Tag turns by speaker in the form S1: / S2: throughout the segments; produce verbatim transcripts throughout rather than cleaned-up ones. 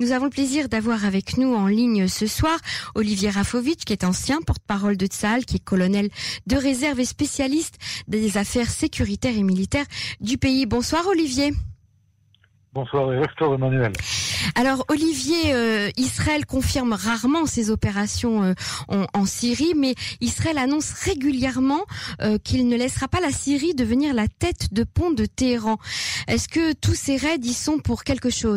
S1: Nous avons le plaisir d'avoir avec nous en ligne ce soir Olivier Rafovitch, qui est ancien porte-parole de Tsahal, qui est colonel de réserve et spécialiste des affaires sécuritaires et militaires du pays. Bonsoir Olivier.
S2: Bonsoir Rector Emmanuel.
S1: Alors Olivier, euh, Israël confirme rarement ses opérations euh, en, en Syrie, mais Israël annonce régulièrement euh, qu'il ne laissera pas la Syrie devenir la tête de pont de Téhéran. Est-ce que tous ces raids y sont pour quelque chose ?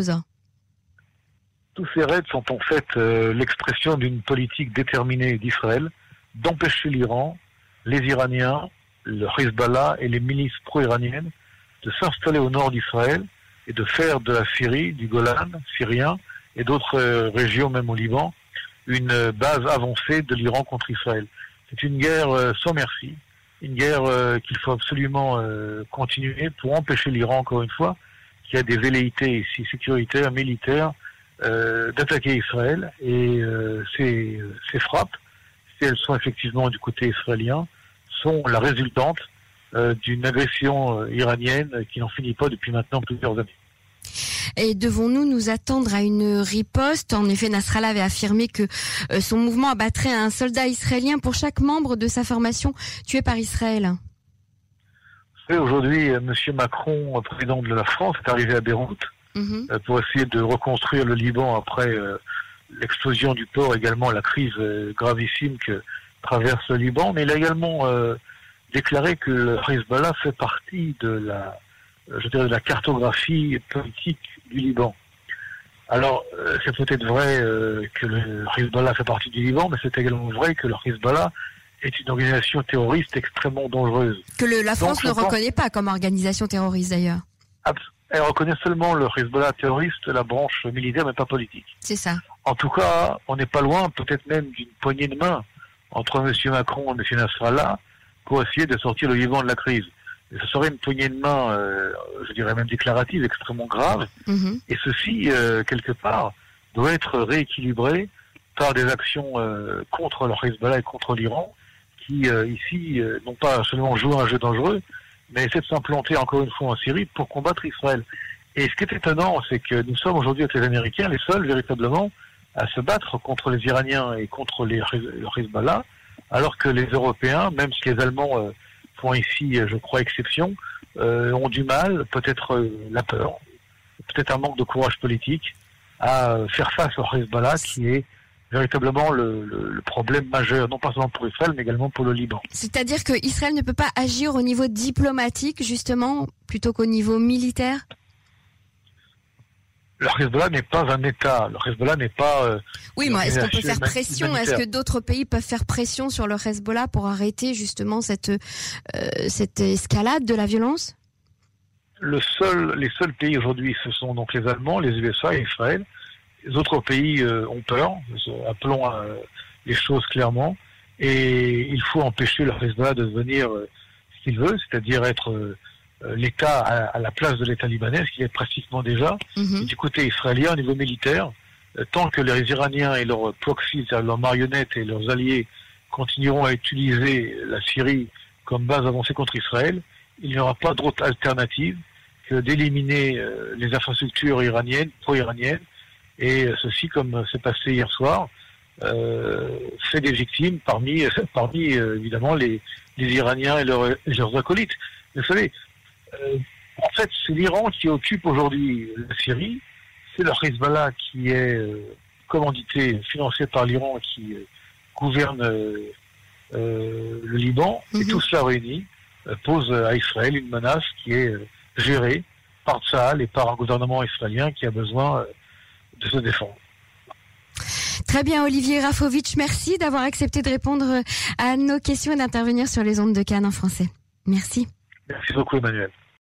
S2: Tous ces raids sont en fait euh, l'expression d'une politique déterminée d'Israël d'empêcher l'Iran, les Iraniens, le Hezbollah et les milices pro-iraniennes de s'installer au nord d'Israël et de faire de la Syrie, du Golan syrien et d'autres euh, régions, même au Liban, une euh, base avancée de l'Iran contre Israël. C'est une guerre euh, sans merci, une guerre euh, qu'il faut absolument euh, continuer pour empêcher l'Iran, encore une fois, qui a des velléités ici sécuritaires, militaires, euh, d'attaquer Israël. Et euh, ces, ces frappes, si elles sont effectivement du côté israélien, sont la résultante d'une agression iranienne qui n'en finit pas depuis maintenant plusieurs années.
S1: Et devons-nous nous attendre à une riposte ? En effet, Nasrallah avait affirmé que son mouvement abattrait un soldat israélien pour chaque membre de sa formation tué par Israël.
S2: Vous savez, aujourd'hui, M. Macron, président de la France, est arrivé à Beyrouth mm-hmm. pour essayer de reconstruire le Liban après euh, l'explosion du port, également la crise euh, gravissime que traverse le Liban. Mais il a également euh, déclaré que le Hezbollah fait partie de la, je dirais, de la cartographie politique du Liban. Alors, euh, c'est peut-être vrai euh, que le Hezbollah fait partie du Liban, mais c'est également vrai que le Hezbollah est une organisation terroriste extrêmement dangereuse.
S1: Que le, la France
S2: Donc,
S1: ne reconnaît pense... pas comme organisation terroriste d'ailleurs.
S2: Elle reconnaît seulement le Hezbollah terroriste, la branche militaire, mais pas politique.
S1: C'est ça.
S2: En tout cas, on n'est pas loin, peut-être même d'une poignée de main entre M. Macron et M. Nasrallah, pour essayer de sortir le Liban de la crise. Et ce serait une poignée de main, euh, je dirais même déclarative, extrêmement grave. Mm-hmm. Et ceci, euh, quelque part, doit être rééquilibré par des actions euh, contre le Hezbollah et contre l'Iran, qui, euh, ici, euh, n'ont pas seulement joué un jeu dangereux, mais essaient de s'implanter encore une fois en Syrie pour combattre Israël. Et ce qui est étonnant, c'est que nous sommes aujourd'hui, avec les Américains, les seuls, véritablement, à se battre contre les Iraniens et contre les, le Hezbollah, alors que les Européens, même si les Allemands euh, font ici, je crois, exception, euh, ont du mal, peut-être euh, la peur, peut-être un manque de courage politique, à faire face au Hezbollah, qui est véritablement le, le, le problème majeur, non pas seulement pour Israël, mais également pour le Liban.
S1: C'est-à-dire que Israël ne peut pas agir au niveau diplomatique, justement, plutôt qu'au niveau militaire ?
S2: Le Hezbollah n'est pas un État. Le Hezbollah n'est pas... Euh,
S1: oui, mais est-ce qu'on peut faire pression ? Humanitaire. Est-ce que d'autres pays peuvent faire pression sur le Hezbollah pour arrêter justement cette, euh, cette escalade de la violence ?
S2: Le seul, les seuls pays aujourd'hui, ce sont donc les Allemands, les U S A et Israël. Les autres pays euh, ont peur, appelons euh, les choses clairement, et il faut empêcher le Hezbollah de devenir euh, ce qu'il veut, c'est-à-dire être... Euh, l'État à la place de l'État libanais, ce qui est pratiquement déjà. Mm-hmm. Et du côté israélien, au niveau militaire, tant que les Iraniens et leurs proxys, leurs marionnettes et leurs alliés continueront à utiliser la Syrie comme base avancée contre Israël, il n'y aura pas d'autre alternative que d'éliminer les infrastructures iraniennes, pro-iraniennes, et ceci, comme c'est passé hier soir, euh, fait des victimes parmi, parmi euh, évidemment les, les Iraniens et leurs, et leurs acolytes. Vous savez, Euh, en fait, c'est l'Iran qui occupe aujourd'hui la Syrie, c'est le Hezbollah qui est euh, commandité, financé par l'Iran, qui euh, gouverne euh, euh, le Liban, mm-hmm. et tout cela réuni euh, pose à Israël une menace qui est euh, gérée par Tsahal et par un gouvernement israélien qui a besoin euh, de se défendre.
S1: Très bien, Olivier Rafovitch, merci d'avoir accepté de répondre à nos questions et d'intervenir sur les ondes de Cannes en français. Merci.
S2: Merci beaucoup, Emmanuel.